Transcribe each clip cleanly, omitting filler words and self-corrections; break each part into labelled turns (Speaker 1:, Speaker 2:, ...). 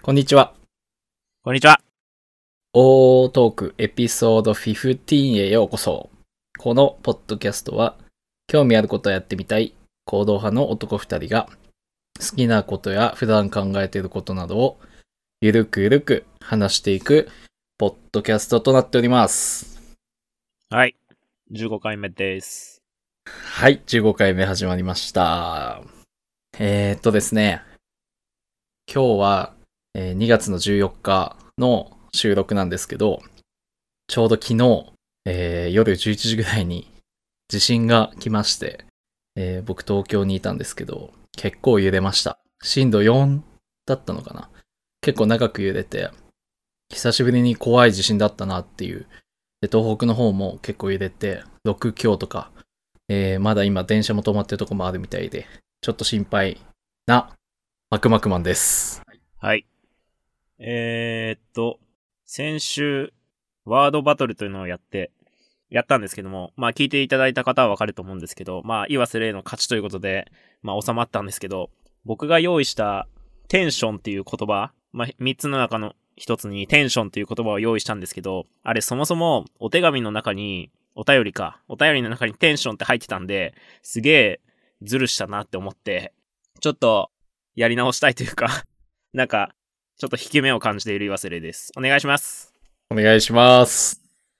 Speaker 1: こんにちは。
Speaker 2: こんにちは。
Speaker 1: オートークエピソード15へようこそ。このポッドキャストは、興味あることをやってみたい行動派の男二人が、好きなことや普段考えていることなどを、ゆるくゆるく話していく、ポッドキャストとなっております。
Speaker 2: はい。15回目です。
Speaker 1: はい、15回目始まりました。ですね、今日は、2月の14日の収録なんですけど、ちょうど昨日、夜11時ぐらいに地震が来まして、僕東京にいたんですけど、結構揺れました。震度4だったのかな。結構長く揺れて、久しぶりに怖い地震だったなっていう。で、東北の方も結構揺れて、6強とか、まだ今電車も止まってるとこもあるみたいで、ちょっと心配なマクマクマンです。
Speaker 2: はい。先週、ワードバトルというのをやったんですけども、まあ聞いていただいた方はわかると思うんですけど、まあ岩瀬礼の勝ちということで、まあ収まったんですけど、僕が用意したテンションっていう言葉、まあ3つの中の1つにテンションっていう言葉を用意したんですけど、あれそもそもお手紙の中に、お便りの中にテンションって入ってたんで、すげえズルしたなって思って、ちょっとやり直したいというか、なんか、ちょっと引け目を感じている岩瀬礼です。お願いします。
Speaker 1: お願いします。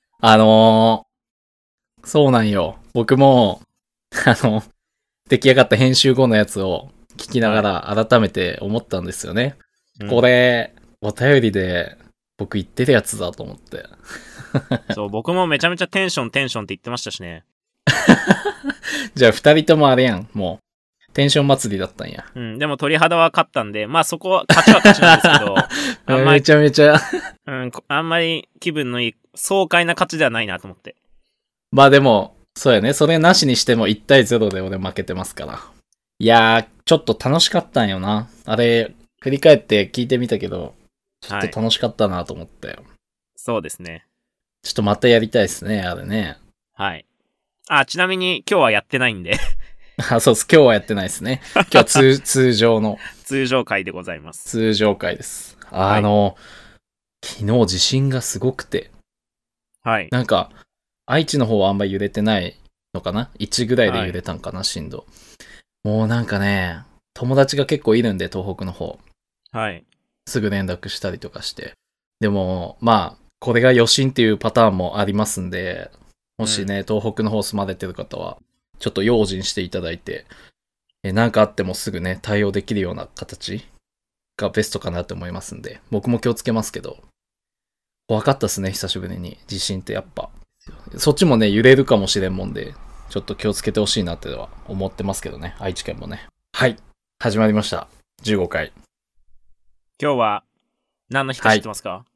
Speaker 1: そうなんよ。僕も、出来上がった編集後のやつを聞きながら改めて思ったんですよね。はい、これ、お便りで僕言ってるやつだと思って。
Speaker 2: そう、僕もめちゃめちゃテンションって言ってましたしね。
Speaker 1: じゃあ二人ともあれやん、もう。テンション祭りだったんや。
Speaker 2: うん、でも鳥肌は勝ったんで、まあそこは勝ちは勝ちなんですけど、
Speaker 1: めちゃめちゃ
Speaker 2: あんまり気分のいい、爽快な勝ちではないなと思って。
Speaker 1: まあでも、そうやね。それなしにしても1対0で俺負けてますから。いやー、ちょっと楽しかったんよな。あれ、振り返って聞いてみたけど、ちょっと楽しかったなと思って、はい。
Speaker 2: そうですね。
Speaker 1: ちょっとまたやりたいですね、あれね。
Speaker 2: はい。あ、ちなみに今日はやってないんで。
Speaker 1: あ、そうです。今日はやってないですね。今日は通常の。
Speaker 2: 通常回でございます。
Speaker 1: 通常回です。昨日地震がすごくて。
Speaker 2: はい。
Speaker 1: なんか、愛知の方はあんまり揺れてないのかな ?1 ぐらいで揺れたんかな、震度。もうなんかね、友達が結構いるんで、東北の方。
Speaker 2: はい。
Speaker 1: すぐ連絡したりとかして。でも、まあ、これが余震っていうパターンもありますんで、もしね、東北の方住まれてる方は、ちょっと用心していただいて、なんかあってもすぐね、対応できるような形がベストかなと思いますんで、僕も気をつけますけど、怖かったっすね、久しぶりに。地震ってやっぱ。そっちもね、揺れるかもしれんもんで、ちょっと気をつけてほしいなっては思ってますけどね、愛知県もね。はい、始まりました。15回。
Speaker 2: 今日は、何の日か知ってますか？はい、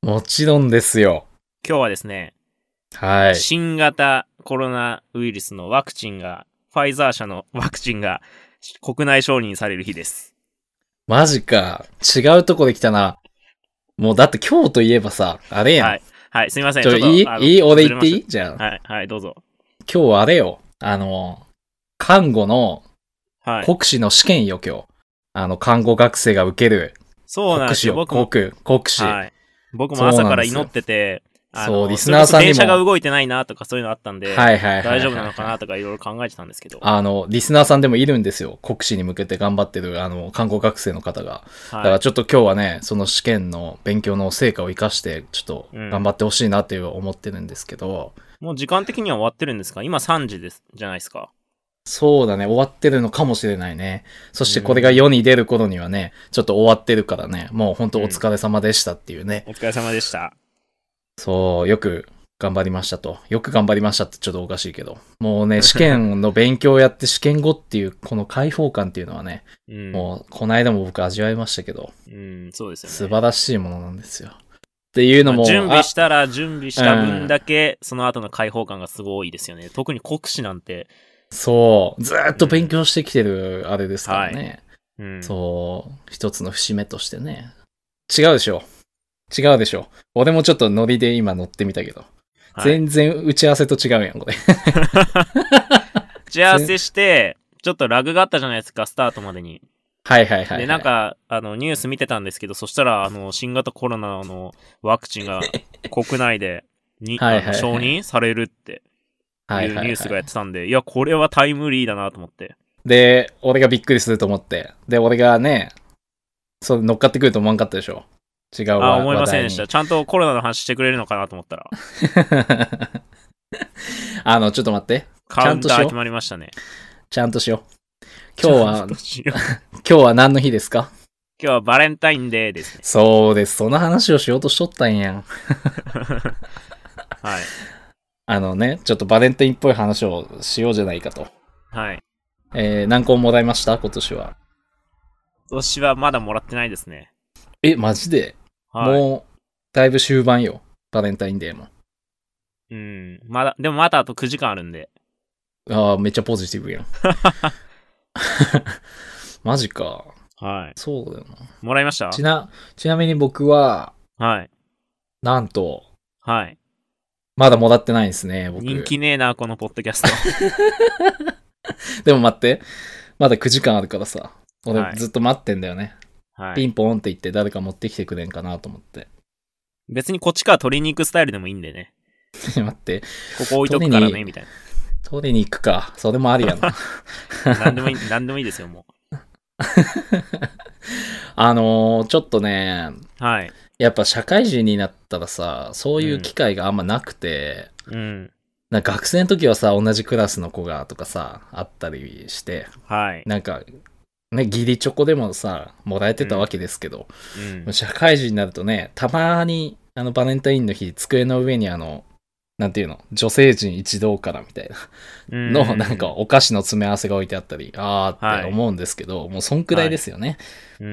Speaker 1: もちろんですよ。
Speaker 2: 今日はですね、
Speaker 1: はい。
Speaker 2: 新型コロナウイルスのワクチンが、ファイザー社のワクチンが国内承認される日です。
Speaker 1: マジか。違うとこで来たな。もうだって今日といえばさ、あれやん。
Speaker 2: はい。はい、すいません。
Speaker 1: 俺言っていいじゃん。
Speaker 2: はい、はい、どうぞ。
Speaker 1: 今日はあれよ。看護の国試の試験よ、今日。看護学生が受ける。
Speaker 2: そうなんですよ。
Speaker 1: 国試。
Speaker 2: はい。僕も朝から祈ってて、
Speaker 1: そう、リスナーさんにも。
Speaker 2: 電車が動いてないなとかそういうのあったんで、
Speaker 1: はいはいはい。
Speaker 2: 大丈夫なのかなとかいろいろ考えてたんですけど。
Speaker 1: リスナーさんでもいるんですよ。国試に向けて頑張ってる、看護学生の方が。だからちょっと今日はね、その試験の勉強の成果を生かして、ちょっと頑張ってほしいなって思ってるんですけど。
Speaker 2: もう時間的には終わってるんですか？今3時じゃないですか。
Speaker 1: そうだね、終わってるのかもしれないね。そしてこれが世に出る頃にはね、ちょっと終わってるからね、もう本当お疲れ様でしたっていうね。
Speaker 2: お疲れ様でした。
Speaker 1: そう、よく頑張りましたと。よく頑張りましたってちょっとおかしいけど。もうね、試験の勉強をやって試験後っていう、この解放感っていうのはね、もうこの間も僕味わいましたけど。
Speaker 2: そうですよね。
Speaker 1: 素晴らしいものなんですよ。っていうのも。
Speaker 2: 準備した分だけ、その後の解放感がすごいですよね。特に国試なんて。
Speaker 1: そう、ずーっと勉強してきてるあれですからね。
Speaker 2: はい、
Speaker 1: そう、一つの節目としてね。違うでしょ。俺もちょっとノリで今乗ってみたけど。はい、全然打ち合わせと違うやん、これ。
Speaker 2: 打ち合わせして、ちょっとラグがあったじゃないですか、スタートまでに。
Speaker 1: はいはいはい。
Speaker 2: で、なんか、ニュース見てたんですけど、そしたら、新型コロナのワクチンが国内で
Speaker 1: はいはいはい
Speaker 2: 承認されるっていう
Speaker 1: はいはいはい。
Speaker 2: ニュースがやってたんで、いや、これはタイムリーだなと思って。
Speaker 1: で、俺がびっくりすると思って。で、俺がね、そう乗っかってくると思わんかったでしょ。違う
Speaker 2: あ、思い
Speaker 1: 話題に。
Speaker 2: ませんでした。ちゃんとコロナの話してくれるのかなと思ったら、
Speaker 1: ちょっと待って。
Speaker 2: カウンター決まりましたね。
Speaker 1: ちゃんとしよう。今日は、
Speaker 2: ちゃんとしよう
Speaker 1: 今日は何の日ですか？
Speaker 2: 今日はバレンタインデーですね。
Speaker 1: そうです。その話をしようとしとったんやん。
Speaker 2: はい。
Speaker 1: ちょっとバレンタインっぽい話をしようじゃないかと。
Speaker 2: はい。
Speaker 1: 何個もらいました今年は。
Speaker 2: 今年はまだもらってないですね。
Speaker 1: マジで、
Speaker 2: はい。
Speaker 1: もう、だいぶ終盤よ。バレンタインデーも。
Speaker 2: うん。でもまだあと9時間あるんで。
Speaker 1: ああ、めっちゃポジティブやん。マジか。
Speaker 2: はい。
Speaker 1: そうだよな。
Speaker 2: もらいました
Speaker 1: ちなみに僕は、
Speaker 2: はい。
Speaker 1: なんと、
Speaker 2: はい。
Speaker 1: まだもらってないんですね、僕。
Speaker 2: 人気ねえな、このポッドキャスト。
Speaker 1: でも待って。まだ9時間あるからさ。
Speaker 2: はい
Speaker 1: 俺ずっと待ってんだよね。
Speaker 2: はい。
Speaker 1: ピンポンって言って誰か持ってきてくれんかなと思って。
Speaker 2: 別にこっちから取りに行くスタイルでもいいんでね。
Speaker 1: 待って。
Speaker 2: ここ置いとくからね、みたい
Speaker 1: 取りに行くか。それもありやな。
Speaker 2: な。なんでもいい、なんでもいいですよ、も
Speaker 1: ちょっとね、
Speaker 2: う。はい。
Speaker 1: やっぱ社会人になったらさ、そういう機会があんまなくて、
Speaker 2: うん。
Speaker 1: なんか学生の時はさ、同じクラスの子がとかさ、あったりして、
Speaker 2: はい。
Speaker 1: なんか、ね、義理チョコでもさ、もらえてたわけですけど、
Speaker 2: うん。
Speaker 1: 社会人になるとね、たまに、バレンタインの日、机の上になんていうの、女性陣一同からみたいなの、なんかお菓子の詰め合わせが置いてあったり、あーって思うんですけど、もうそんくらいですよね。
Speaker 2: うん。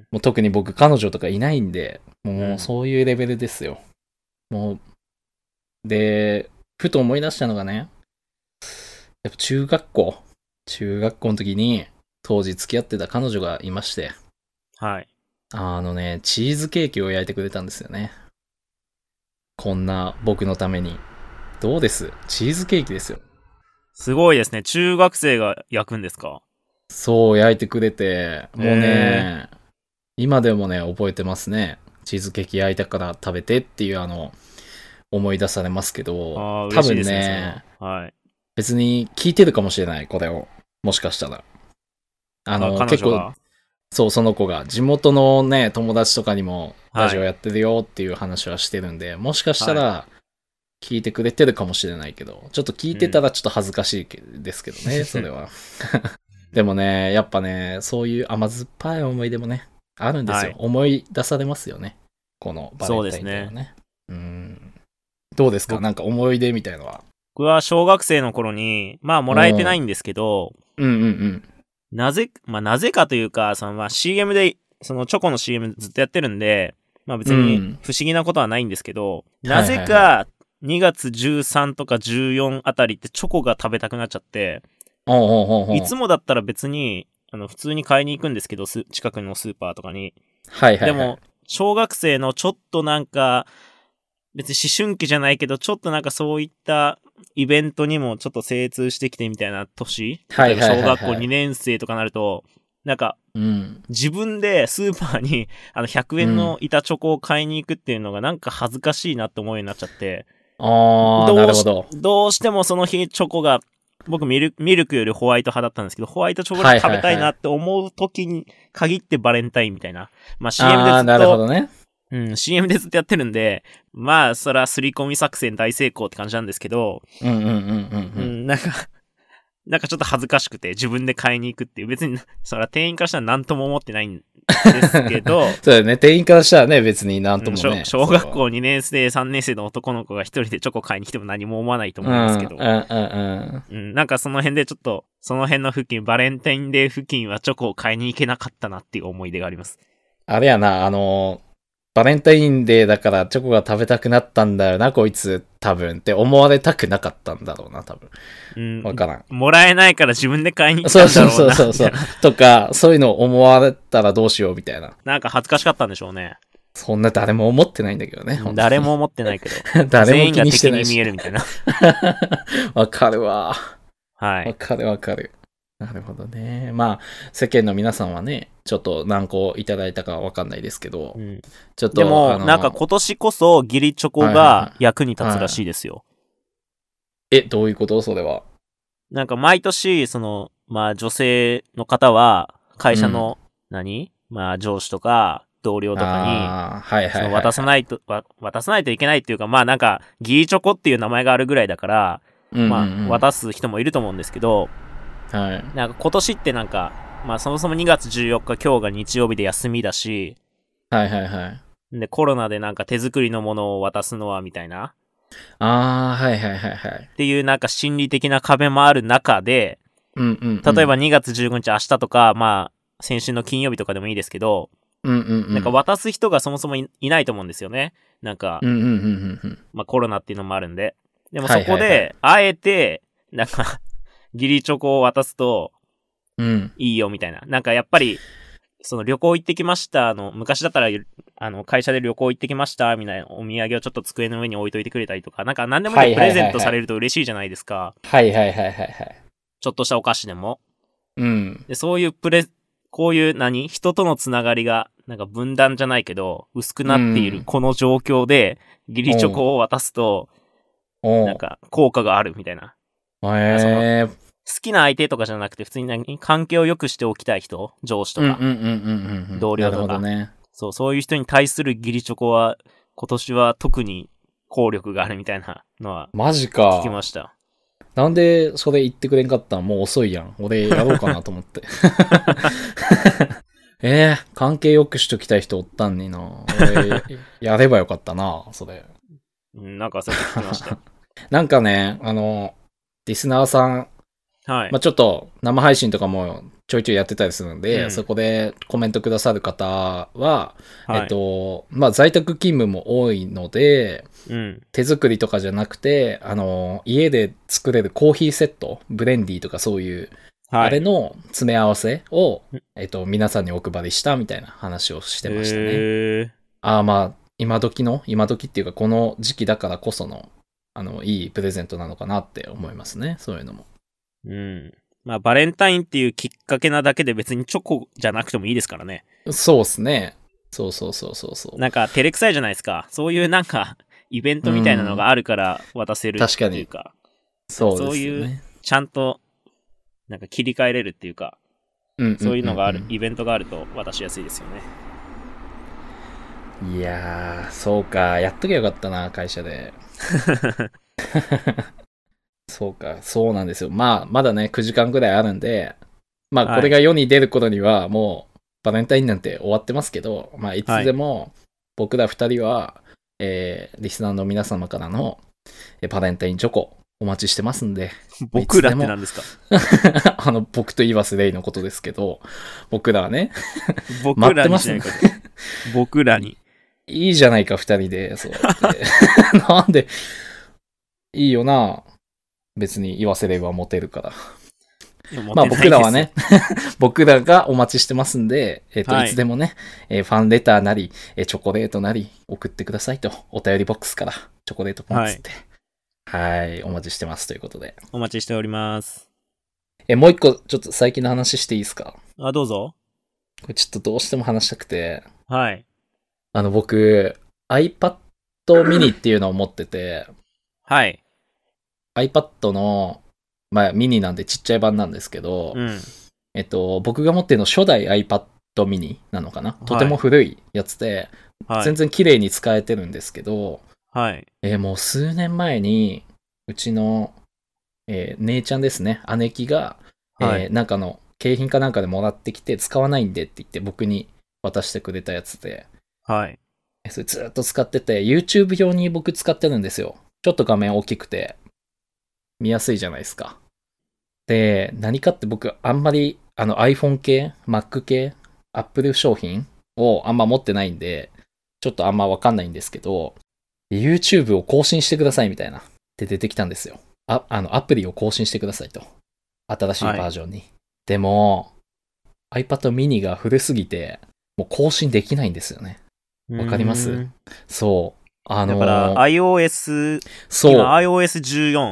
Speaker 1: もう特に僕、彼女とかいないんで、も
Speaker 2: う
Speaker 1: うんそういうレベルですよ。もう、で、ふと思い出したのがね、やっぱ中学校の時に、当時付き合ってた彼女がいまして、
Speaker 2: はい。
Speaker 1: チーズケーキを焼いてくれたんですよね。こんな僕のために。どうです？チーズケーキですよ。
Speaker 2: すごいですね。中学生が焼くんですか？
Speaker 1: そう、焼いてくれて、もうね、今でもね、覚えてますね。チーズケーキ焼いたから食べてっていう思い出されますけど、多分
Speaker 2: 嬉しいですね。
Speaker 1: ね、
Speaker 2: はい。
Speaker 1: 別に聞いてるかもしれない、これを。もしかしたら。結構、そう、その子が、地元のね、友達とかにも、ラジオやってるよっていう話はしてるんで、もしかしたら、聞いてくれてるかもしれないけど、ちょっと聞いてたらちょっと恥ずかしいですけどね、それは。でもね、やっぱね、そういう甘酸っぱい思い出もね、あるんですよ。思い出されますよね。このバレンタインデーはね。どうですか？なんか思い出みたいのは。
Speaker 2: 僕は小学生の頃に、まあもらえてないんですけど、なぜかというか、CM で、そのチョコの CM ずっとやってるんで、まあ別に不思議なことはないんですけど、なぜか2月13とか14あたりってチョコが食べたくなっちゃって、いつもだったら別に、普通に買いに行くんですけど、近くのスーパーとかに。でも、小学生のちょっとなんか、別に思春期じゃないけど、ちょっとなんかそういったイベントにもちょっと精通してきてみたいな年、小学校2年生とかなると、なんか、自分でスーパーに100円の板チョコを買いに行くっていうのがなんか恥ずかしいなって思うようになっちゃって、
Speaker 1: なるほど。
Speaker 2: どうしてもその日チョコが、僕ミルクよりホワイト派だったんですけど、ホワイトチョコレート食べたいなって思う時に限ってバレンタインみたいな。まあ CM でずっと、
Speaker 1: なるほどね。
Speaker 2: CM でずっとやってるんで、まあ、そら、刷り込み作戦大成功って感じなんですけど、なんかちょっと恥ずかしくて、自分で買いに行くっていう、別に、そら、店員からしたら何とも思ってないんですけど、
Speaker 1: そうだよね、店員からしたらね、別に何ともね。
Speaker 2: 小学校2年生、3年生の男の子が一人でチョコ買いに来ても何も思わないと思うんですけど、なんかその辺でちょっと、その辺の付近、バレンタインデー付近はチョコを買いに行けなかったなっていう思い出があります。
Speaker 1: あれやな、バレンタインデーだからチョコが食べたくなったんだよな、こいつ、多分って思われたくなかったんだろうな、多分。わからん。
Speaker 2: もらえないから自分で買いに行ったんだろうな。
Speaker 1: そう。とか、そういうの思われたらどうしようみたいな。
Speaker 2: なんか恥ずかしかったんでしょうね。
Speaker 1: そんな誰も思ってないんだけどね。
Speaker 2: 誰も思ってないけど。
Speaker 1: 誰も気にしてないし。
Speaker 2: 全員が敵に見えるみたいな。
Speaker 1: わかるわ。
Speaker 2: はい。
Speaker 1: わかる。 なるほどね。まあ、世間の皆さんはね、ちょっと何個いただいたかわかんないですけど、
Speaker 2: うん。
Speaker 1: ちょっと、
Speaker 2: でも、なんか今年こそ義理チョコ
Speaker 1: はいはいは
Speaker 2: が役に
Speaker 1: い。
Speaker 2: 立つらしい
Speaker 1: はい。
Speaker 2: ですよ。
Speaker 1: どういうことそれは。
Speaker 2: なんか毎年、まあ女性の方は、会
Speaker 1: うん。
Speaker 2: 社のまあ上司とか同僚とかに、
Speaker 1: ああ、はいはいはい
Speaker 2: 渡さ
Speaker 1: はい。
Speaker 2: ないと、渡さないといけないっていうか、まあなんか、義理チョコっていう名前があるぐらいだから、
Speaker 1: うんうんう
Speaker 2: まあ
Speaker 1: ん。
Speaker 2: 渡す人もいると思うんですけど、
Speaker 1: はい。
Speaker 2: なんか今年ってなんか、まあそもそも2月14日今日が日曜日で休みだし、
Speaker 1: はいはいはい。
Speaker 2: でコロナでなんか手作りのものを渡すのはみたいな、
Speaker 1: ああ、はいはいはいはい。
Speaker 2: っていうなんか心理的な壁もある中で、
Speaker 1: うんうんう
Speaker 2: 例えば
Speaker 1: ん。
Speaker 2: 2月15日明日とか、まあ先週の金曜日とかでもいいですけど、
Speaker 1: うんうんう
Speaker 2: なんか
Speaker 1: ん。
Speaker 2: 渡す人がそもそもいないと思うんですよね。なんか、
Speaker 1: うんうんうんうんうん。
Speaker 2: まあコロナっていうのもあるんで。でも
Speaker 1: は
Speaker 2: そ
Speaker 1: いはいはい。
Speaker 2: こで、あえて、なんか義理チョコを渡すと
Speaker 1: うん。
Speaker 2: いいよみたいな。なんかやっぱり、その旅行行ってきました昔だったら、会社で旅行行ってきましたみたいなお土産をちょっと机の上に置いといてくれたりとか、なんか何でもいいで
Speaker 1: はいは
Speaker 2: プレゼン
Speaker 1: いはいはい。
Speaker 2: トされると嬉しいじゃないですか。
Speaker 1: はいはいはいはいはい。
Speaker 2: ちょっとしたお菓子でも。
Speaker 1: うん。
Speaker 2: で、そういうこういう人とのつながりが、なんか分断じゃないけど、薄く
Speaker 1: う
Speaker 2: なっている
Speaker 1: ん。
Speaker 2: この状況で、義理チョ
Speaker 1: おう。
Speaker 2: コを渡すと、
Speaker 1: おう。
Speaker 2: なんか効果があるみたいな。なんか
Speaker 1: ええ。
Speaker 2: 好きな相手とかじゃなくて、普通に関係を良くしておきたい人、上司とか、
Speaker 1: うんうんうんうんうんうん。
Speaker 2: 同
Speaker 1: なる
Speaker 2: 僚とか、
Speaker 1: ほどね。
Speaker 2: そういう人に対する義理チョコは、今年は特に効力があるみたいなのは
Speaker 1: マジ
Speaker 2: 聞き
Speaker 1: か。
Speaker 2: ました。
Speaker 1: なんでそれ言ってくれんかったんもう遅いやん。俺やろうかなと思って。関係良くしときたい人おったんにな。俺、やればよかったな、それ。
Speaker 2: うん、なんかそうやって聞きました。
Speaker 1: なんかね、リスナーさん、
Speaker 2: はい。
Speaker 1: まあ、ちょっと生配信とかもちょいちょいやってたりするんで、そ
Speaker 2: うん。
Speaker 1: こでコメントくださる方は、
Speaker 2: はい。
Speaker 1: まあ、在宅勤務も多いので、
Speaker 2: うん。
Speaker 1: 手作りとかじゃなくて、家で作れるコーヒーセット、ブレンディとかそういう、あ
Speaker 2: はい。
Speaker 1: れの詰め合わせを、皆さんにお配りしたみたいな話をしてましたね。
Speaker 2: へー。
Speaker 1: ああ、まあ、今時っていうか、この時期だからこその、いいプレゼントなのかなって思いますね。そういうのも。
Speaker 2: うん。まあ、バレンタインっていうきっかけなだけで別にチョコじゃなくてもいいですからね。
Speaker 1: そうっすね。そうそうそうそうそ
Speaker 2: なんか、照れくさいじゃないですか。そういうなんか、イベン
Speaker 1: う。う
Speaker 2: トみたいなのが
Speaker 1: ん。
Speaker 2: あるから渡せるっ
Speaker 1: 確かに。
Speaker 2: ていうか、なんか
Speaker 1: そうで
Speaker 2: そういう、
Speaker 1: すよね。
Speaker 2: ちゃんと、なんか切り替えれるっていうか、
Speaker 1: うんうん
Speaker 2: そういうのがある、
Speaker 1: うん
Speaker 2: イベントがあると渡しやすいですよね。
Speaker 1: うん。いやー、そうか。やっときゃよかったな、会社で。そうか、そうなんですよ。まあ、まだね、9時間ぐらいあるんで、まあ、こ
Speaker 2: はい。
Speaker 1: れが世に出る頃には、もう、バレンタインなんて終わってますけど、まあ、いつ
Speaker 2: はい。
Speaker 1: でも、僕ら二人は、リスナーの皆様からの、バレンタインチョコ、お待ちしてますんで、まあ、い
Speaker 2: 僕ら
Speaker 1: つでも、
Speaker 2: って何ですか？
Speaker 1: 僕と言わせレイのことですけど、僕らはね、
Speaker 2: 僕ら
Speaker 1: 待ってますんで。
Speaker 2: にしないかと。僕らに。
Speaker 1: いいじゃないか、二人で、そうやって。なんで、いいよな。別に言わせればモテるから。
Speaker 2: いや、モ
Speaker 1: まあ
Speaker 2: テないですよ。
Speaker 1: 僕らはね、僕らがお待ちしてますんで、い
Speaker 2: はい。
Speaker 1: つでもね、ファンレターなり、チョコレートなり送ってくださいと、お便りボックスからチョコレートポン
Speaker 2: はい。
Speaker 1: つって。はい、お待ちしてますということで。
Speaker 2: お待ちしております。
Speaker 1: もう一個、ちょっと最近の話していいですか？
Speaker 2: あ、どうぞ。
Speaker 1: これちょっとどうしても話したくて、
Speaker 2: はい。
Speaker 1: 僕、iPad mini っていうのを持ってて、
Speaker 2: はい。
Speaker 1: iPad の、まあミニなんでちっちゃい版なんですけど、
Speaker 2: うん。
Speaker 1: 僕が持ってるの初代 iPad mini なのかな、とて
Speaker 2: はい。
Speaker 1: も古いやつで、
Speaker 2: はい。
Speaker 1: 全然綺麗に使えてるんですけど、
Speaker 2: はい。
Speaker 1: もう数年前に、うちの、姉ちゃんですね、姉貴が、
Speaker 2: はい。
Speaker 1: なんかの景品かなんかでもらってきて使わないんでって言って僕に渡してくれたやつで、
Speaker 2: はい。
Speaker 1: それずっと使ってて、YouTube 用に僕使ってるんですよ。ちょっと画面大きくて見やすいじゃないですか。で、何かって僕あんまりiPhone 系、Mac 系、Apple 商品をあんま持ってないんで、ちょっとあんまわかんないんですけど、YouTube を更新してくださいみたいなって出てきたんですよ。アプリを更新してくださいと。新しい
Speaker 2: はい。
Speaker 1: バージョンに。でも、iPad mini が古すぎて、もう更新できないんですよね。
Speaker 2: う
Speaker 1: わかります？
Speaker 2: ーん。
Speaker 1: そう。
Speaker 2: だから、iOS、今
Speaker 1: そう。
Speaker 2: iOS14。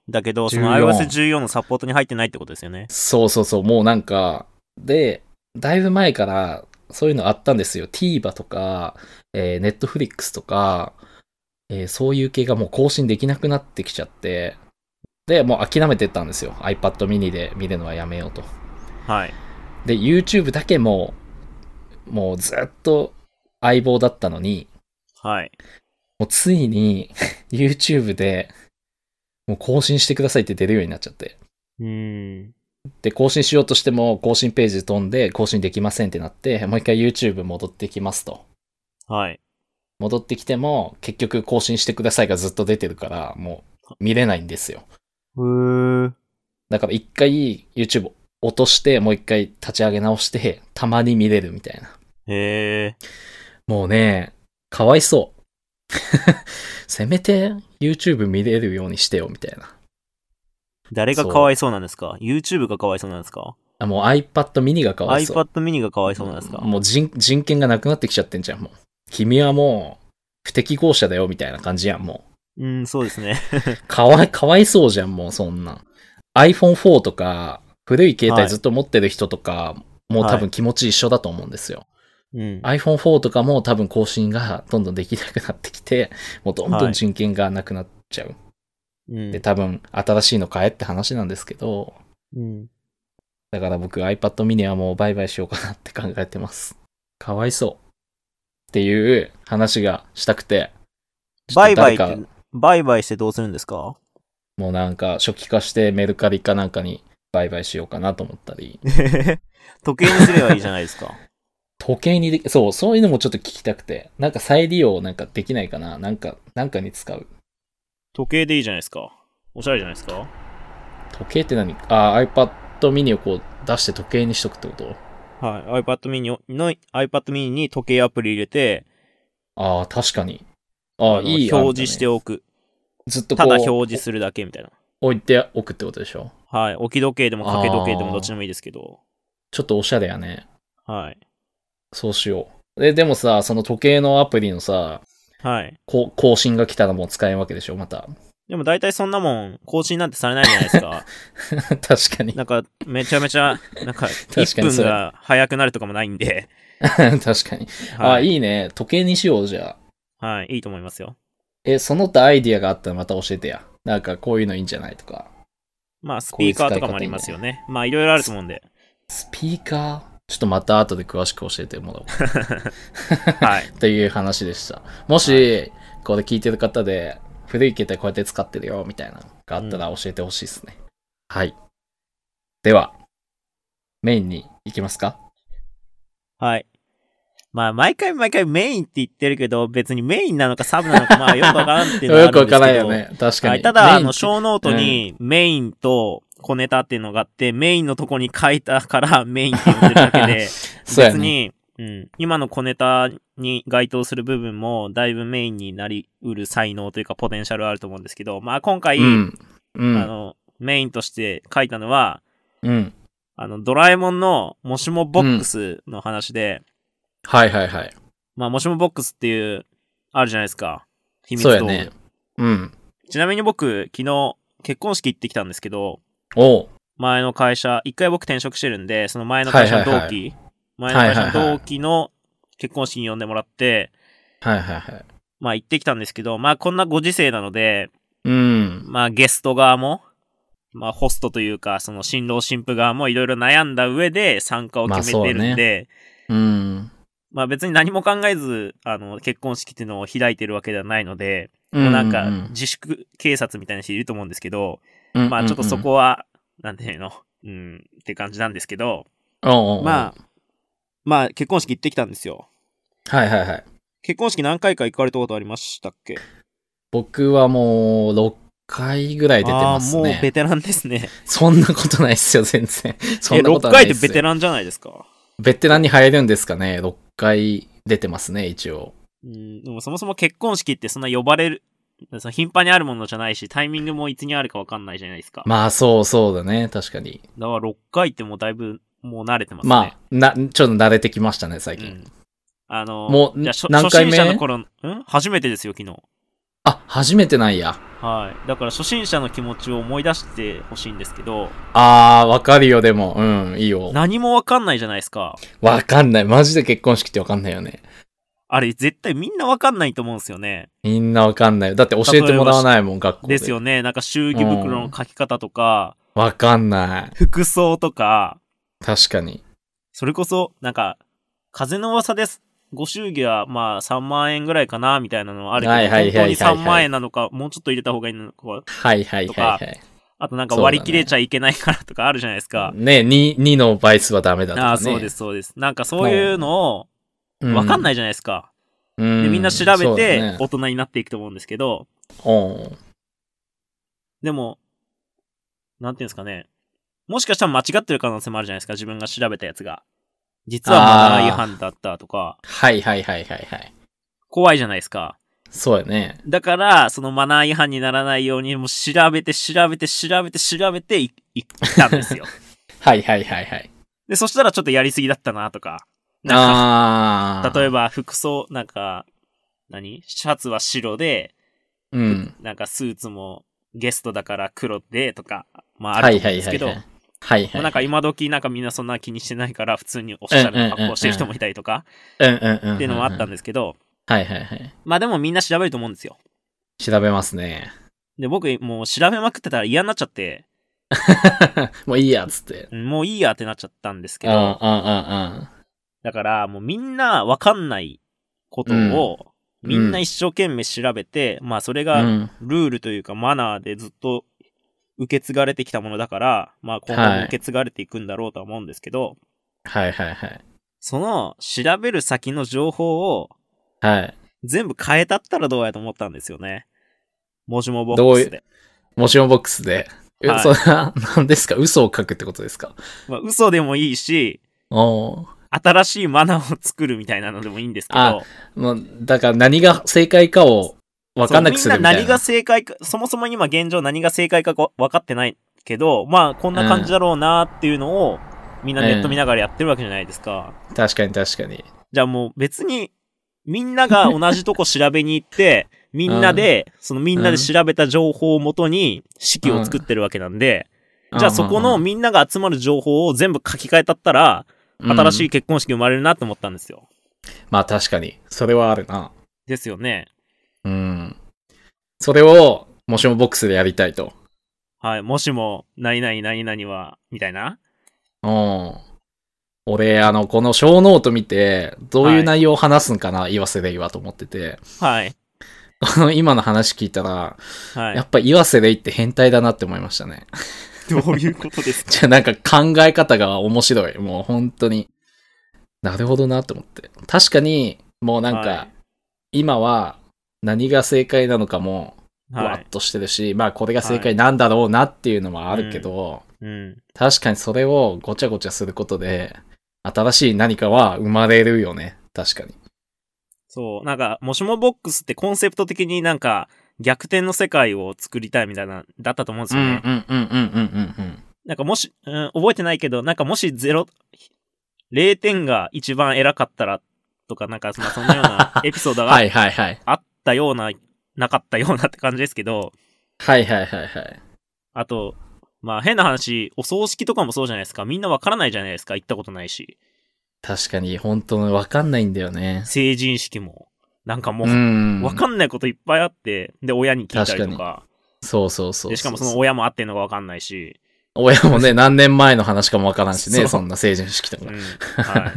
Speaker 2: だけど、その
Speaker 1: 14
Speaker 2: iOS14 のサポートに入ってないってことですよね。
Speaker 1: そうそうそう、もうなんか、で、だいぶ前からそういうのあったんですよ。TVer とか、Netflix とか、そういう系がもう更新できなくなってきちゃって、で、もう諦めてたんですよ。iPad mini で見るのはやめようと。
Speaker 2: はい。
Speaker 1: で、YouTube だけもうずっと相棒だったのに、
Speaker 2: はい。
Speaker 1: もうついに YouTube でもう更新してくださいって出るようになっちゃって。で、更新しようとしても更新ページ飛んで更新できませんってなって、もう一回 YouTube 戻ってきますと。
Speaker 2: はい。
Speaker 1: 戻ってきても結局更新してくださいがずっと出てるからもう見れないんですよ。だから一回 YouTube 落としてもう一回立ち上げ直してたまに見れるみたいな。
Speaker 2: へー。
Speaker 1: もうね、かわいそう。せめて YouTube 見れるようにしてよみたいな。
Speaker 2: 誰がかわいそうなんですか？ YouTube がかわいそうなんですか？
Speaker 1: もう iPad mini がかわいそう。
Speaker 2: iPad mini がかわいそうなんですか？
Speaker 1: もう人権がなくなってきちゃってんじゃん、もう。君はもう不適合者だよみたいな感じやん、も
Speaker 2: う。そうですね。
Speaker 1: かわいそうじゃん、もうそんな。iPhone4 とか、古い携帯ずっと持ってる人とか、もう多分気持ち一緒だと思うんですよ。iPhone4 とかも多分更新がどんどんできなくなってきて、もうどんどん人権がなくなっちゃう。で、多分新しいの買えって話なんですけど、だから僕 iPad mini はもう売買しようかなって考えてます。かわいそう。っていう話がしたくて。
Speaker 2: 売買してどうするんですか？
Speaker 1: もうなんか初期化してメルカリかなんかに売買しようかなと思ったり。
Speaker 2: 時計にすればいいじゃないですか。
Speaker 1: 時計にそういうのもちょっと聞きたくて。なんか再利用なんかできないかな、なんかに使う。
Speaker 2: 時計でいいじゃないですか。おしゃれじゃないですか。
Speaker 1: 時計って何？iPad mini をこう出して時計にしとくってこと？
Speaker 2: はい。iPad mini に時計アプリ入れて、
Speaker 1: 確かに。いい、
Speaker 2: 表示しておく。
Speaker 1: ずっとこう。
Speaker 2: ただ表示するだけみたいな。
Speaker 1: 置いておくってことでしょ？
Speaker 2: はい。置き時計でも掛け時計でもどっちでもいいですけど。
Speaker 1: ちょっとおしゃれやね。
Speaker 2: はい。
Speaker 1: そうしよう。でもさ、その時計のアプリのさ、
Speaker 2: はい。
Speaker 1: 更新が来たらもう使えんわけでしょ、また。
Speaker 2: でも大体そんなもん、更新なんてされないじゃないですか。
Speaker 1: 確かに。
Speaker 2: なんか、めちゃめちゃ、なんか、1分が早くなるとかもないんで。
Speaker 1: 確かに。はい、いいね。時計にしよう、じゃ
Speaker 2: あ。はい、いいと思いますよ。
Speaker 1: その他アイディアがあったらまた教えてや。なんか、こういうのいいんじゃないとか。
Speaker 2: まあ、スピーカーとかもありますよね。まあ、いろいろあると思うんで。
Speaker 1: スピーカーちょっとまた後で詳しく教えてもらおう。
Speaker 2: はい。
Speaker 1: っていう話でした。もし、これ聞いてる方で、古い携帯こうやって使ってるよ、みたいなのがあったら教えてほしいですね。はい。では、メインに行きますか？
Speaker 2: はい。まあ、毎回メインって言ってるけど、別にメインなのかサブなのか、まあ、よくわからんっていうのはあるんですけど。よくわからんよね。
Speaker 1: 確かに。
Speaker 2: はい、ただ、小ノートにメインと小ネタっていうのがあって、メインのとこに書いたからメインって呼んでるだけで、別に、今の小ネタに該当する部分も、だいぶメインになりうる才能というか、ポテンシャルあると思うんですけど、まあ、今回、メインとして書いたのは、ドラえもんのもしもボックスの話で、
Speaker 1: はいはいはい。
Speaker 2: まあ、もしもボックスっていう、あるじゃないですか。秘密道具。
Speaker 1: そうやね。
Speaker 2: ちなみに僕、昨日、結婚式行ってきたんですけど、前の会社、一回僕転職してるんで、その前の会社の同期、前の会社の同期の結婚式に呼んでもらって、まあ行ってきたんですけど、まあこんなご時世なので、まあゲスト側も、まあホストというか、その新郎新婦側もいろいろ悩んだ上で参加を決めてるんで、まあ別に何も考えず、結婚式っていうのを開いてるわけではないので、もうなんか自粛警察みたいな人いると思うんですけど、まあちょっとそこは、なんていうの、って感じなんですけど、まあ結婚式行ってきたんですよ。
Speaker 1: はいはいはい。
Speaker 2: 結婚式何回か行かれたことありましたっけ？
Speaker 1: 僕はもう6回ぐらい出てますね。
Speaker 2: もうベテランですね。
Speaker 1: そんなことないっすよ、全然。そんなこと
Speaker 2: ないっすよ。6回ってベテランじゃないですか。
Speaker 1: ベテランに入るんですかね。6回出てますね、一応。
Speaker 2: でもそもそも結婚式ってそんな呼ばれる、頻繁にあるものじゃないし、タイミングもいつにあるか分かんないじゃないですか。
Speaker 1: まあそうだね、確かに。
Speaker 2: だから6回ってもうだいぶもう慣れてますね。
Speaker 1: まあ、ちょっと慣れてきましたね、最近。
Speaker 2: もう、じゃあ何回目？初心者の頃、初めてですよ、昨日。
Speaker 1: 初めてないや。
Speaker 2: はい。だから初心者の気持ちを思い出してほしいんですけど。
Speaker 1: わかるよ、でも。うん、いいよ。
Speaker 2: 何もわかんないじゃないですか。
Speaker 1: わかんない。マジで結婚式ってわかんないよね。
Speaker 2: あれ、絶対みんなわかんないと思うんですよね。
Speaker 1: みんなわかんない。だって教えてもらわないもん、学校で。
Speaker 2: ですよね。なんか祝儀袋の書き方とか。
Speaker 1: わかんない。
Speaker 2: 服装とか。
Speaker 1: 確かに。
Speaker 2: それこそ、なんか、風の噂です。ご祝儀はまあ3万円ぐらいかなみたいなのはあるけど、本当に3万円なのか、もうちょっと入れた方がいいのか、
Speaker 1: はいはいはいはい。
Speaker 2: あとなんか割り切れちゃいけないからとかあるじゃないですか。
Speaker 1: ね、2の倍数はダメだとかね。
Speaker 2: そうですそうです。なんかそういうのを、わかんないじゃないですか。で、みんな調べて大人になっていくと思うんですけど、でも、なんていうんですかね。もしかしたら間違ってる可能性もあるじゃないですか、自分が調べたやつが。実はマナー違反だったとか。
Speaker 1: はいはいはいはいはい。
Speaker 2: 怖いじゃないですか。
Speaker 1: そうやね。
Speaker 2: だから、そのマナー違反にならないように、もう調べていったんですよ。
Speaker 1: はいはいはいはい。
Speaker 2: で、そしたらちょっとやりすぎだったなとか。例えば服装、なんか、シャツは白で、なんかスーツもゲストだから黒でとか、まああると思うんですけど、はいはい。なんか今時なんかみんなそんな気にしてないから普通におしゃれな格好してる人もいたりとか、っていうのもあったんですけど、
Speaker 1: はいはいはい。
Speaker 2: まあでもみんな調べると思うんですよ。
Speaker 1: 調べますね。
Speaker 2: で、僕もう調べまくってたら嫌になっちゃって、
Speaker 1: もういいやつって。
Speaker 2: もういいやってなっちゃったんですけど、だからもうみんなわかんないことを、みんな一生懸命調べて、まあそれがルールというかマナーでずっと受け継がれてきたものだから、まあ今後も受け継がれていくんだろうとは思うんですけど、
Speaker 1: はいはいはい。
Speaker 2: その調べる先の情報を、全部変えたったらどうやと思ったんですよね。もしもボックスで。
Speaker 1: もしもボックスで。それは何ですか？嘘を書くってことですか？
Speaker 2: まあ嘘でもいいし、新しいマナーを作るみたいなのでもいいんですけど。
Speaker 1: もうだから何が正解かを分かんなくするみたいな。
Speaker 2: みんな何が正解か、そもそも今現状何が正解か分かってないけど、まあこんな感じだろうなっていうのを、みんなネット見ながらやってるわけじゃないですか。
Speaker 1: 確かに確かに。
Speaker 2: じゃあもう別に、みんなが同じとこ調べに行って、みんなで調べた情報をもとに式を作ってるわけなんで、じゃあそこのみんなが集まる情報を全部書き換えたったら、新しい結婚式生まれるなと思ったんですよ。
Speaker 1: まあ確かに。それはあるな。
Speaker 2: ですよね。
Speaker 1: それを、もしもボックスでやりたいと。
Speaker 2: はい。もしも、何々は、みたいな。
Speaker 1: 俺、この小ノート見て、どういう内容を話すんかな、岩瀬レイはと思ってて。
Speaker 2: はい。
Speaker 1: この今の話聞いたら、やっぱ岩瀬レイって変態だなって思いましたね。
Speaker 2: どういうことですか？
Speaker 1: じゃあなんか考え方が面白い。もう本当に。なるほどなと思って。確かに、もうなんか、今は何が正解なのかも、わっとしてるし、まあこれが正解なんだろうなっていうのもあるけど、確かにそれをごちゃごちゃすることで、新しい何かは生まれるよね。確かに。
Speaker 2: そう。なんか、もしもボックスってコンセプト的になんか、逆転の世界を作りたいみたいな、だったと思うんですよね。なんかもし、覚えてないけど、なんかもし0点が一番偉かったら、とか、なんか、まあ、そんなようなエピソードがあったような、なかったようなって感じですけど。あと、まあ、変な話、お葬式とかもそうじゃないですか。みんなわからないじゃないですか。行ったことないし。
Speaker 1: 確かに、本当にわかんないんだよね。
Speaker 2: 成人式も。なんかもう、わかんないこといっぱいあって、で、親に聞いたりとか。
Speaker 1: そうそうそう。
Speaker 2: で、しかもその親も会ってんのがわかんないし。
Speaker 1: 親もね、何年前の話かもわからんしね、そんな成人式とか。
Speaker 2: はい。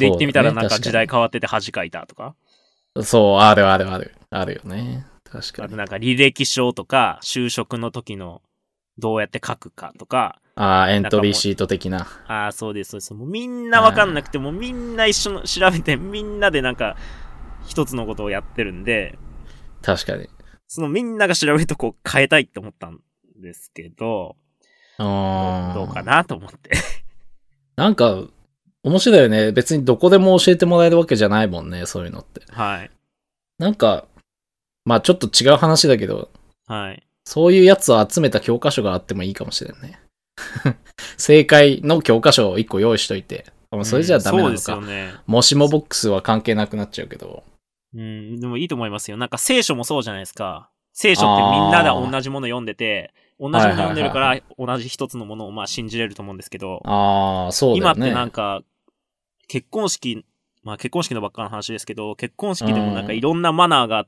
Speaker 2: で、行ってみたらなんか時代変わってて恥かいたとか。
Speaker 1: そう、あるよね。確かに。
Speaker 2: あとなんか履歴書とか、就職の時のどうやって書くかとか。
Speaker 1: エントリーシート的な。
Speaker 2: そうです、そうです。もうみんなわかんなくても、みんな一緒の調べて、みんなでなんか、一つのことをやってるんで。
Speaker 1: 確かに。
Speaker 2: そのみんなが調べるとこ変えたいって思ったんですけど、どうかなと思って。
Speaker 1: なんか、面白いよね。別にどこでも教えてもらえるわけじゃないもんね、そういうのって。
Speaker 2: はい。
Speaker 1: なんか、まあちょっと違う話だけど、
Speaker 2: はい。
Speaker 1: そういうやつを集めた教科書があってもいいかもしれんね。正解の教科書を1個用意しといて。それじゃダメなのか。
Speaker 2: そうですよね。
Speaker 1: もしもボックスは関係なくなっちゃうけど。
Speaker 2: でもいいと思いますよ。なんか聖書もそうじゃないですか。聖書ってみんなで同じもの読んでて、同じもの読んでるから同じ一つのものをまあ信じれると思うんですけど、
Speaker 1: そうだよね。
Speaker 2: 今ってなんか、結婚式のばっかの話ですけど、結婚式でもなんかいろんなマナーがあって、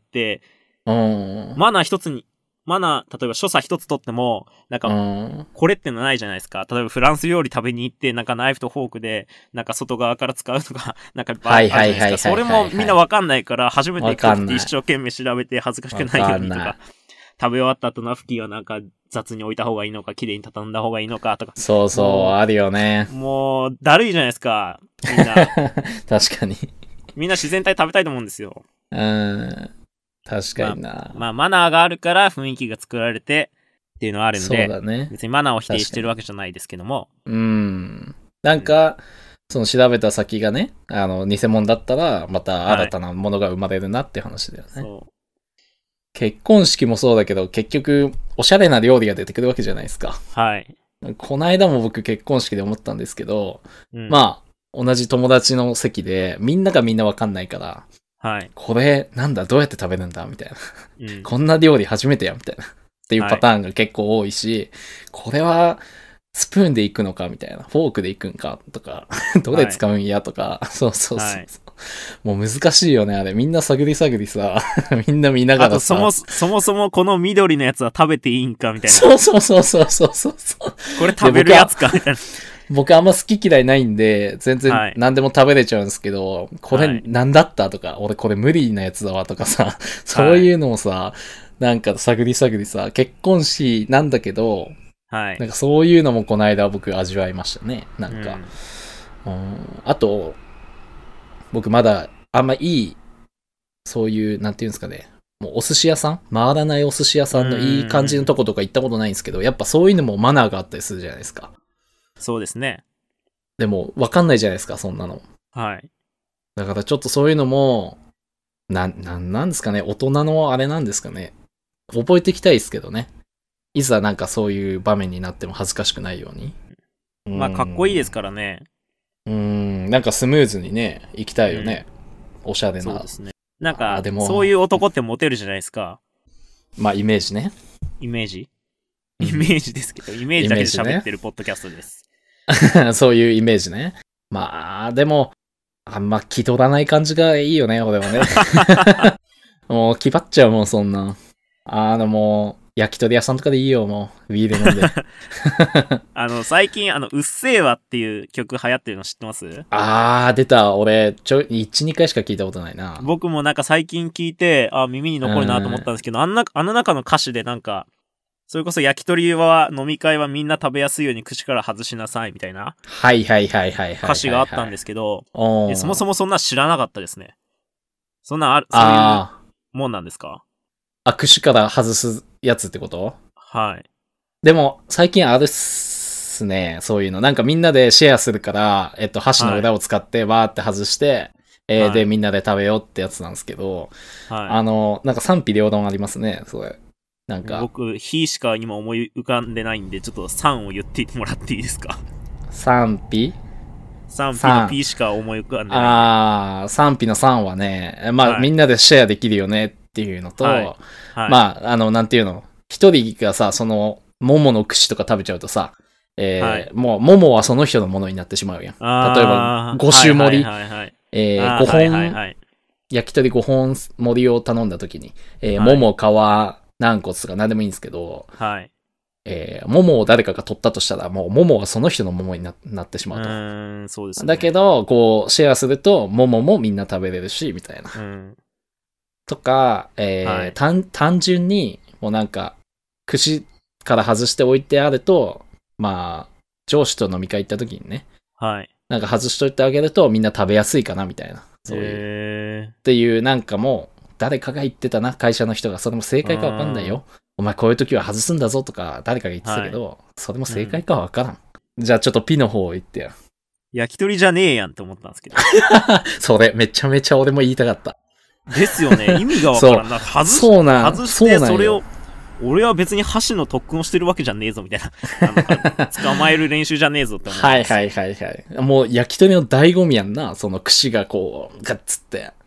Speaker 2: マナー、例えば所作一つとっても、なんか、これってのないじゃないですか。例えばフランス料理食べに行って、なんかナイフとフォークで、なんか外側から使うとか、なんかあるじゃないですか。それもみんなわかんないから、初めて行くとき一生懸命調べて恥ずかしくないようにとか、食べ終わった後ナフキーはなんか雑に置いた方がいいのか、綺麗に畳んだ方がいいのかとか。
Speaker 1: そう、あるよね。
Speaker 2: もう、だるいじゃないですか。みんな。
Speaker 1: 確かに。
Speaker 2: みんな自然体食べたいと思うんですよ。
Speaker 1: 確かにな。
Speaker 2: まあ、マナーがあるから雰囲気が作られてっていうのはあるんで、
Speaker 1: そうだね。
Speaker 2: 別にマナーを否定してるわけじゃないですけども。
Speaker 1: なんか、その調べた先がね、偽物だったら、また新たなものが生まれるなって話だよね。そう。結婚式もそうだけど、結局、おしゃれな料理が出てくるわけじゃないですか。
Speaker 2: はい。
Speaker 1: この間も僕結婚式で思ったんですけど、まあ、同じ友達の席で、みんながみんなわかんないから、
Speaker 2: はい。
Speaker 1: これ、なんだ、どうやって食べるんだみたいな。こんな料理初めてや、みたいな。っていうパターンが結構多いし、これは、スプーンでいくのかみたいな。フォークでいくんかとか、どれ使うんやとか、そう。もう難しいよね、あれ。みんな探りさ、みんな見ながらさ。
Speaker 2: あとそもそもこの緑のやつは食べていいんかみたいな。
Speaker 1: そう。
Speaker 2: これ食べるやつかみたいな。
Speaker 1: 僕あんま好き嫌いないんで、全然何でも食べれちゃうんですけど、これ何だったとか、俺これ無理なやつだわとかさ、そういうのをさ、なんか探りさ、結婚式なんだけど、なんかそういうのもこの間僕味わいましたね。なんか。あと、僕まだあんまいい、そういう、なんていうんですかね。もうお寿司屋さん回らないお寿司屋さんのいい感じのとことか行ったことないんですけど、やっぱそういうのもマナーがあったりするじゃないですか。
Speaker 2: そうですね。
Speaker 1: でも、わかんないじゃないですか、そんなの。
Speaker 2: はい。
Speaker 1: だからちょっとそういうのも、なんですかね、大人のあれなんですかね。覚えていきたいですけどね。いざなんかそういう場面になっても恥ずかしくないように。
Speaker 2: まあ、かっこいいですからね。
Speaker 1: なんかスムーズにね、行きたいよね。おしゃれな。
Speaker 2: そうですね。なんか、そういう男ってモテるじゃないですか。
Speaker 1: まあ、イメージね。
Speaker 2: イメージですけど、イメージだけで喋ってるポッドキャストです。
Speaker 1: そういうイメージね。まあ、でも、あんま気取らない感じがいいよね、俺はね。もう気張っちゃうもん、そんな。もう、焼き鳥屋さんとかでいいよ、もう。ビール飲んで。
Speaker 2: 最近、うっせぇわっていう曲流行ってるの知ってます？
Speaker 1: 出た。俺、1、2回しか聞いたことないな。
Speaker 2: 僕もなんか最近聞いて、耳に残るなと思ったんですけど、あの中の歌詞でなんか、それこそ焼き鳥は飲み会はみんな食べやすいように口から外しなさいみたいな。
Speaker 1: はい。
Speaker 2: 歌詞があったんですけど、そもそもそんな知らなかったですね。そういうもんなんですか？
Speaker 1: 口から外すやつってこと？
Speaker 2: はい。
Speaker 1: でも、最近あるっすね、そういうの。なんかみんなでシェアするから、箸の裏を使ってバーって外して、で、みんなで食べようってやつなんですけど、なんか賛否両論ありますね、それ。なんか。
Speaker 2: 僕、火しか今思い浮かんでないんで、ちょっと3を言ってもらっていいですか？
Speaker 1: 賛否
Speaker 2: の P しか思い浮かんでない。
Speaker 1: 賛否の3はね、まあ、みんなでシェアできるよねっていうのと、まあ、なんていうの、一人がさ、その、桃の串とか食べちゃうとさ、もう、桃はその人のものになってしまうやん。例えば、5種盛り、5本、焼き鳥5本盛りを頼んだ時に、桃、皮、軟骨とか何でもいいんですけど、桃を誰かが取ったとしたら、もう桃はその人の桃に なってしまうと。
Speaker 2: そうですね。
Speaker 1: だけど、こう、シェアすると、桃もみんな食べれるし、みたいな。とか、単純に、もうなんか、串から外して置いてあると、まあ、上司と飲み会行った時にね、なんか外しといてあげるとみんな食べやすいかな、みたいな。そういう。っていうなんかもう、誰かが言ってたな、会社の人が。それも正解かわかんないよ。お前こういう時は外すんだぞとか、誰かが言ってたけど、それも正解かわからん。じゃあちょっとピの方を言ってや。
Speaker 2: 焼き鳥じゃねえやんって思ったんですけど。
Speaker 1: それ、めちゃめちゃ俺も言いたかった。です
Speaker 2: よね。意味がわからんな。外してそれを、俺は別に箸の特訓をしてるわけじゃねえぞみたいな。捕まえる練習じゃねえぞって思う。
Speaker 1: はい。もう焼き鳥の醍醐味やんな。その串がこう、ガッツって。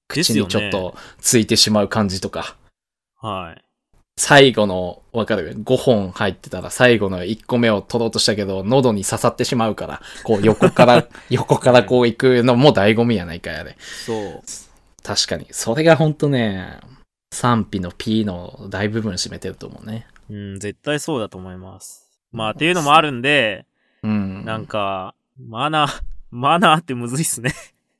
Speaker 1: 口にちょっとついてしまう感じとか。
Speaker 2: はい。
Speaker 1: 最後の、わかる ?5 本入ってたら最後の1個目を取ろうとしたけど、喉に刺さってしまうから、こう横からこう行くのも醍醐味やないかやで。
Speaker 2: そう。
Speaker 1: 確かに。それがほんとね、賛否の P の大部分占めてると思うね。
Speaker 2: うん、絶対そうだと思います。まあ、っていうのもあるんで、
Speaker 1: うん。
Speaker 2: なんか、マナーってむずいっすね。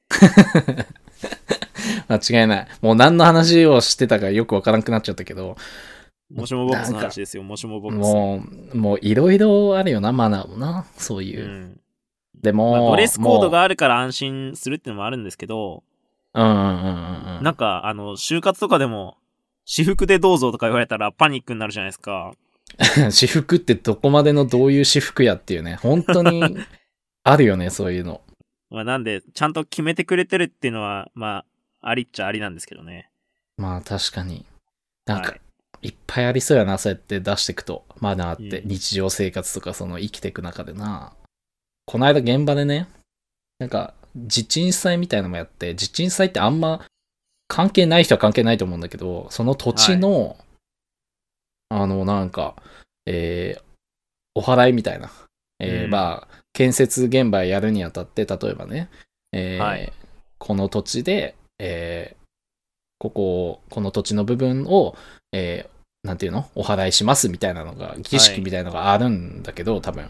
Speaker 1: 間違いない。もう何の話をしてたかよくわからなくなっちゃったけど。
Speaker 2: もしもボックスの話ですよ、もしもボック
Speaker 1: ス。もういろいろあるよな、マナーもな。そういう。うん、でも、
Speaker 2: まあ、ドレスコードがあるから安心するっていうのもあるんですけど、なんか、就活とかでも、私服でどうぞとか言われたらパニックになるじゃないですか。
Speaker 1: 私服ってどこまでのどういう私服やっていうね。本当にあるよね、そういうの。
Speaker 2: まあなんで、ちゃんと決めてくれてるっていうのは、まあ、ありっちゃありなんですけどね。
Speaker 1: まあ確かに。なんか、いっぱいありそうやな、そうやって出していくと。マナーって、日常生活とかその生きていく中でな。この間現場でね、なんか、地鎮祭みたいなのもやって、地鎮祭ってあんま関係ない人は関係ないと思うんだけど、その土地の、なんか、お祓いみたいな。まあ、建設現場やるにあたって、例えばね、この土地で、この土地の部分を、なんていうのお祓いしますみたいなのが、儀式みたいなのがあるんだけど、多分。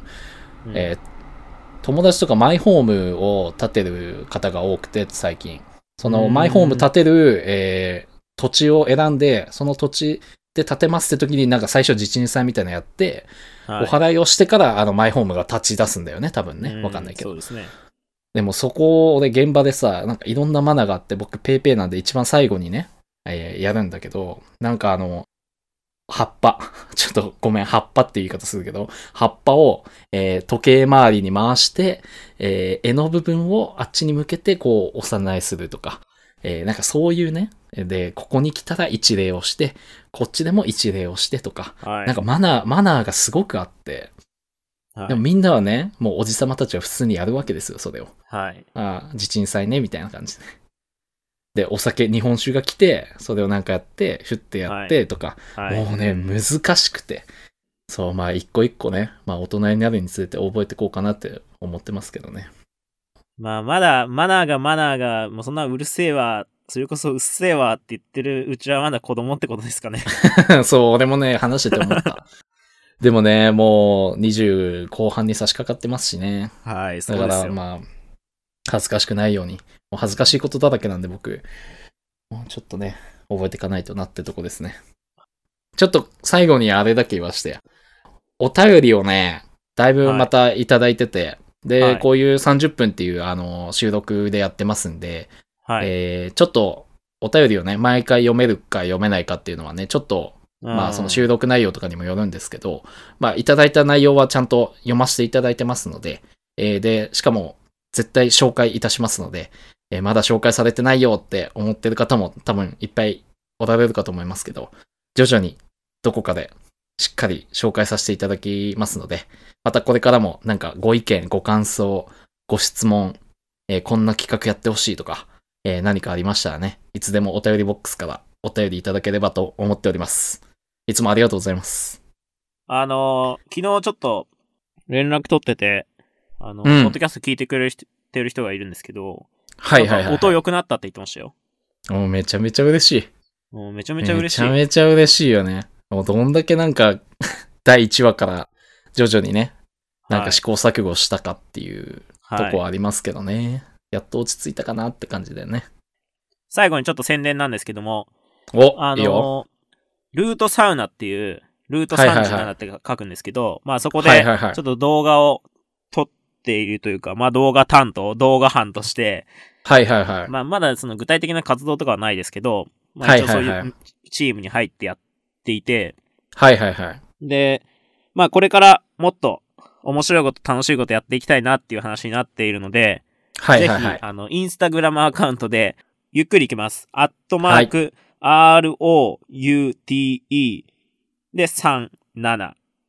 Speaker 1: 友達とかマイホームを建てる方が多くて、最近。そのマイホーム建てる、土地を選んで、その土地で建てますって時になんか最初地鎮祭みたいなのやって、お祓いをしてからマイホームが立ち出すんだよね、多分ね。わかんないけど。
Speaker 2: そうですね。
Speaker 1: でもそこで現場でさ、なんかいろんなマナーがあって、僕ペイペイなんで一番最後にね、やるんだけど、なんか葉っぱ。ちょっとごめん、葉っぱって言い方するけど、葉っぱを、時計回りに回して、柄の部分をあっちに向けてこう、お供えするとか、なんかそういうね、で、ここに来たら一礼をして、こっちでも一礼をしてとか、なんかマナーがすごくあって、でもみんなはね、もうおじさまたちは普通にやるわけですよ、それを。
Speaker 2: はい。
Speaker 1: 地鎮祭ね、みたいな感じで。で、お酒、日本酒が来て、それをなんかやって、シュッてやってとか、もうね、難しくて。そう、まあ一個一個ね、まあ大人になるにつれて覚えていこうかなって思ってますけどね。
Speaker 2: まあまだ、マナーが、もうそんなうるせえわ、それこそうっせえわって言ってるうちはまだ子供ってことですかね。
Speaker 1: そう、俺もね、話してて思った。でもね、もう20後半に差し掛かってますしね。
Speaker 2: はい、そうですよ。
Speaker 1: だからまあ、恥ずかしくないように。もう恥ずかしいことだらけなんで僕、もうちょっとね、覚えていかないとなってとこですね。ちょっと最後にあれだけ言わして。お便りをね、だいぶまたいただいてて、で、こういう30分っていう収録でやってますんで、ちょっとお便りをね、毎回読めるか読めないかっていうのはね、ちょっと、まあその収録内容とかにもよるんですけど、まあいただいた内容はちゃんと読ませていただいてますので、で、しかも絶対紹介いたしますので、まだ紹介されてないよって思ってる方も多分いっぱいおられるかと思いますけど、徐々にどこかでしっかり紹介させていただきますので、またこれからもなんかご意見、ご感想、ご質問、こんな企画やってほしいとか、何かありましたらね、いつでもお便りボックスからお便りいただければと思っております。いつもありがとうございます。
Speaker 2: 昨日ちょっと連絡取ってて、ポッドキャスト聞いてくれてる人がいるんですけど、
Speaker 1: はいはいはい。
Speaker 2: 音良くなったって言ってましたよ。
Speaker 1: もうめちゃめちゃ嬉しい。
Speaker 2: もうめちゃめちゃ嬉しい。
Speaker 1: めちゃめちゃ嬉しいよね。もうどんだけなんか、第1話から徐々にね、なんか試行錯誤したかっていうとこはありますけどね。やっと落ち着いたかなって感じだよね。
Speaker 2: 最後にちょっと宣伝なんですけども、
Speaker 1: いいよ。
Speaker 2: ルートサウナっていう、ルート37って書くんですけど、まあそこで、ちょっと動画を撮っているというか、まあ動画班として、まあまだその具体的な活動とかはないですけど、まあ一応そういうチームに入ってやっていて、で、まあこれからもっと面白いこと楽しいことやっていきたいなっていう話になっているので、ぜひ、インスタグラムアカウントで、ゆっくりいきます。@ROUTE で37。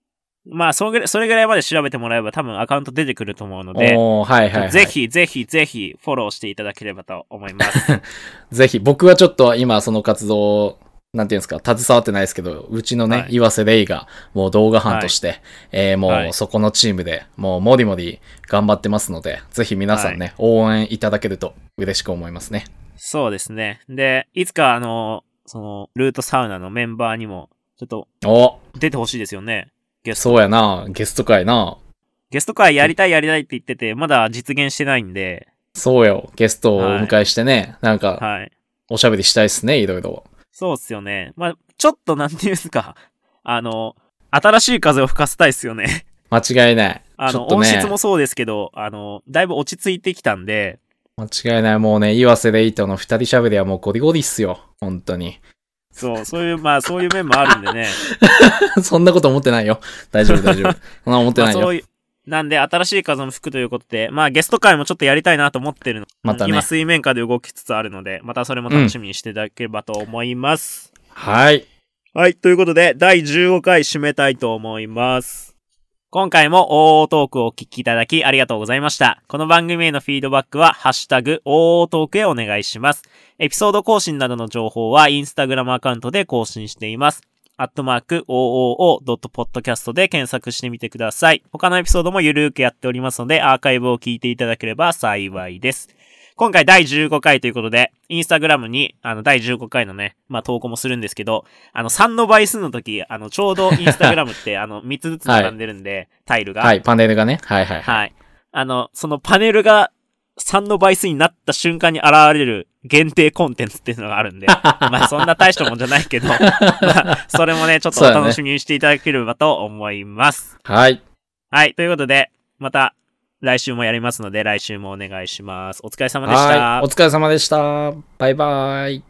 Speaker 2: まあ、それぐらいまで調べてもらえば多分アカウント出てくると思うので、
Speaker 1: はいはい、はい。
Speaker 2: ぜひぜひぜひフォローしていただければと思います。
Speaker 1: ぜひ、僕はちょっと今その活動、なんていうんですか、携わってないですけど、うちのね、岩瀬レイがもう動画班として、もうそこのチームでもうもりもり頑張ってますので、ぜひ皆さんね、応援いただけると嬉しく思いますね。
Speaker 2: そうですね。で、いつかその、ルートサウナのメンバーにも、ちょっと、出てほしいですよね。
Speaker 1: ゲスト。そうやな、ゲスト会な。
Speaker 2: ゲスト会やりたいって言ってて、まだ実現してないんで。
Speaker 1: そうよ、ゲストをお迎えしてね、なんか、おしゃべりしたいっすね、いろいろ。
Speaker 2: そうっすよね。まあ、ちょっとなんていうんですか、新しい風を吹かせたいっすよね。
Speaker 1: 間違いない。ちょっとね、
Speaker 2: 音質もそうですけど、だいぶ落ち着いてきたんで。
Speaker 1: 間違いない。もうね、岩瀬レイとの二人喋りはもうゴリゴリっすよ。本当に。
Speaker 2: そういう面もあるんでね。
Speaker 1: そんなこと思ってないよ。大丈夫。そんな思ってないよ。
Speaker 2: なんで、新しい風も吹くということで、まあ、ゲスト会もちょっとやりたいなと思ってるの。
Speaker 1: またね。
Speaker 2: 今、水面下で動きつつあるので、またそれも楽しみにしていただければと思います。
Speaker 1: はい。
Speaker 2: はい、ということで、第15回締めたいと思います。今回も OO トークをお聞きいただきありがとうございました。この番組へのフィードバックは、ハッシュタグ OO トークへお願いします。エピソード更新などの情報は、インスタグラムアカウントで更新しています。@OOO.podcast で検索してみてください。他のエピソードもゆるーくやっておりますので、アーカイブを聞いていただければ幸いです。今回第15回ということで、インスタグラムに、第15回のね、まあ、投稿もするんですけど、3の倍数の時、ちょうどインスタグラムって、3つずつ並んでるんで、タイルが。
Speaker 1: はい、パネルがね。はい。
Speaker 2: そのパネルが3の倍数になった瞬間に現れる限定コンテンツっていうのがあるんで、まあ、そんな大したもんじゃないけど、まあ、それもね、ちょっとお楽しみにしていただければと思います。
Speaker 1: はい。
Speaker 2: はい、ということで、また、来週もやりますので、来週もお願いします。お疲れ様でした。
Speaker 1: はい、お疲れ様でした。バイバイ。